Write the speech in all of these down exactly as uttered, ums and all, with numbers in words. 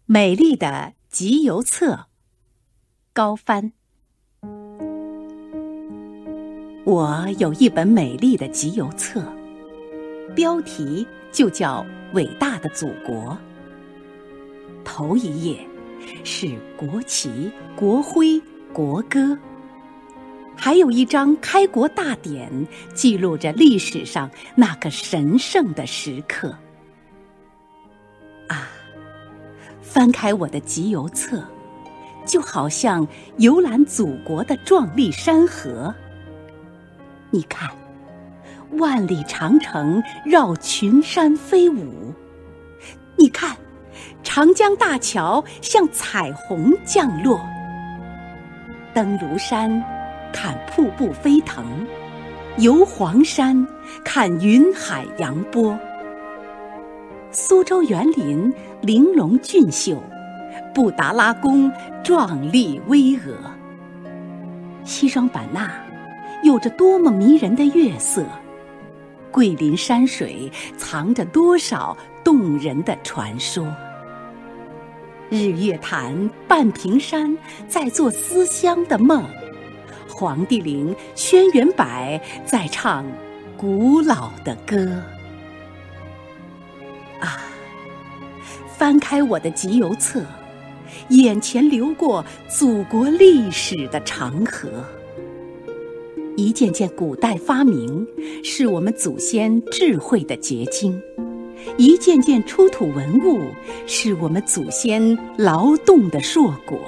美丽的集邮册，高帆。我有一本美丽的集邮册，标题就叫《伟大的祖国》。头一页是国旗、国徽、国歌，还有一张开国大典，记录着历史上那个神圣的时刻。啊，翻开我的集邮册，就好像游览祖国的壮丽山河。你看，万里长城绕群山飞舞；你看，长江大桥像彩虹降落。登庐山看瀑布飞腾，游黄山看云海扬波。苏州园林玲珑俊秀，布达拉宫壮丽巍峨。西双版纳有着多么迷人的月色，桂林山水藏着多少动人的传说。日月潭半屏山在做思乡的梦，黄帝陵轩辕柏在唱古老的歌。啊，翻开我的集邮册，眼前流过祖国历史的长河。一件件古代发明是我们祖先智慧的结晶，一件件出土文物是我们祖先劳动的硕果。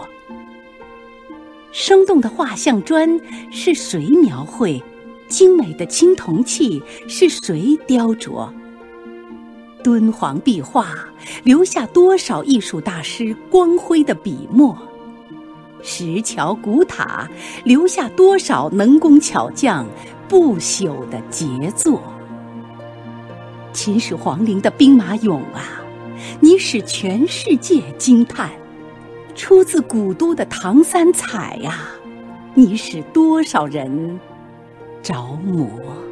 生动的画像砖是谁描绘？精美的青铜器是谁雕琢？敦煌壁画留下多少艺术大师光辉的笔墨？石桥古塔留下多少能工巧匠不朽的杰作？秦始皇陵的兵马俑啊，你使全世界惊叹；出自古都的唐三彩啊，你使多少人着魔。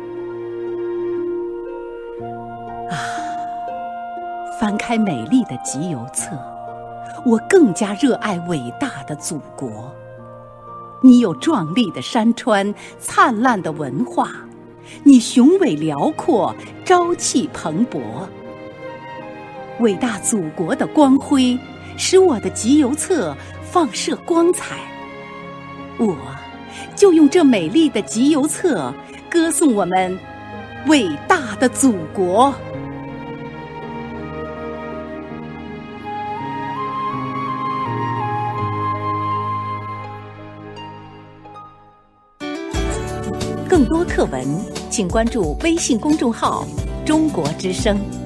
啊，翻开美丽的集邮册，我更加热爱伟大的祖国。你有壮丽的山川，灿烂的文化，你雄伟辽阔，朝气蓬勃。伟大祖国的光辉使我的集邮册放射光彩，我就用这美丽的集邮册歌颂我们伟大的祖国。更多课文，请关注微信公众号“中国之声”。